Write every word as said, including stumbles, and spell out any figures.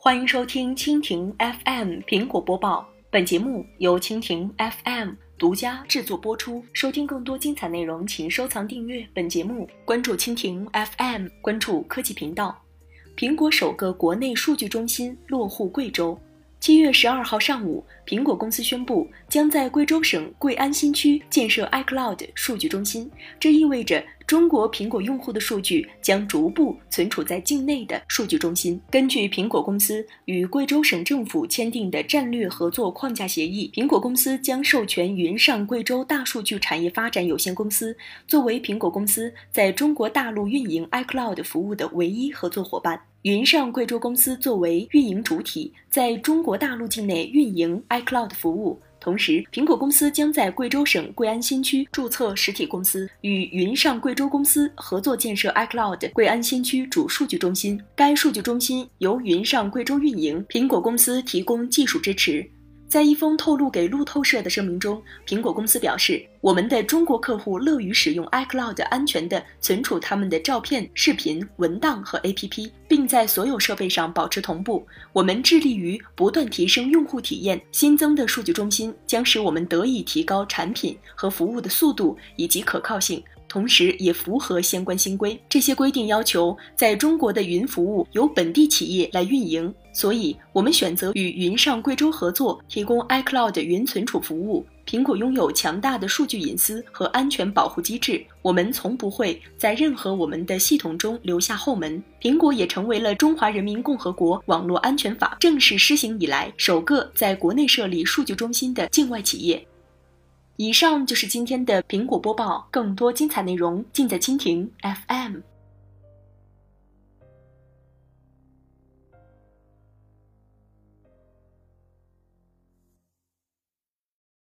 欢迎收听蜻蜓 F M 苹果播报，本节目由蜻蜓 F M 独家制作播出。收听更多精彩内容，请收藏订阅本节目，关注蜻蜓 F M， 关注科技频道。苹果首个国内数据中心落户贵州。七月十二号上午，苹果公司宣布将在贵州省贵安新区建设 iCloud 数据中心，这意味着中国苹果用户的数据将逐步存储在境内的数据中心。根据苹果公司与贵州省政府签订的战略合作框架协议，苹果公司将授权云上贵州大数据产业发展有限公司作为苹果公司在中国大陆运营 iCloud 服务的唯一合作伙伴。云上贵州公司作为运营主体，在中国大陆境内运营 iCloud 服务。同时，苹果公司将在贵州省贵安新区注册实体公司，与云上贵州公司合作建设 iCloud 贵安新区主数据中心。该数据中心由云上贵州运营，苹果公司提供技术支持。在一封透露给路透社的声明中，苹果公司表示，我们的中国客户乐于使用 iCloud 安全地存储他们的照片、视频、文档和 A P P， 并在所有设备上保持同步。我们致力于不断提升用户体验，新增的数据中心将使我们得以提高产品和服务的速度以及可靠性，同时也符合相关新规。这些规定要求在中国的云服务由本地企业来运营，所以我们选择与云上贵州合作，提供 iCloud 云存储服务。苹果拥有强大的数据隐私和安全保护机制，我们从不会在任何我们的系统中留下后门。苹果也成为了中华人民共和国网络安全法正式施行以来首个在国内设立数据中心的境外企业。以上就是今天的苹果播报，更多精彩内容尽在蜻蜓 F M。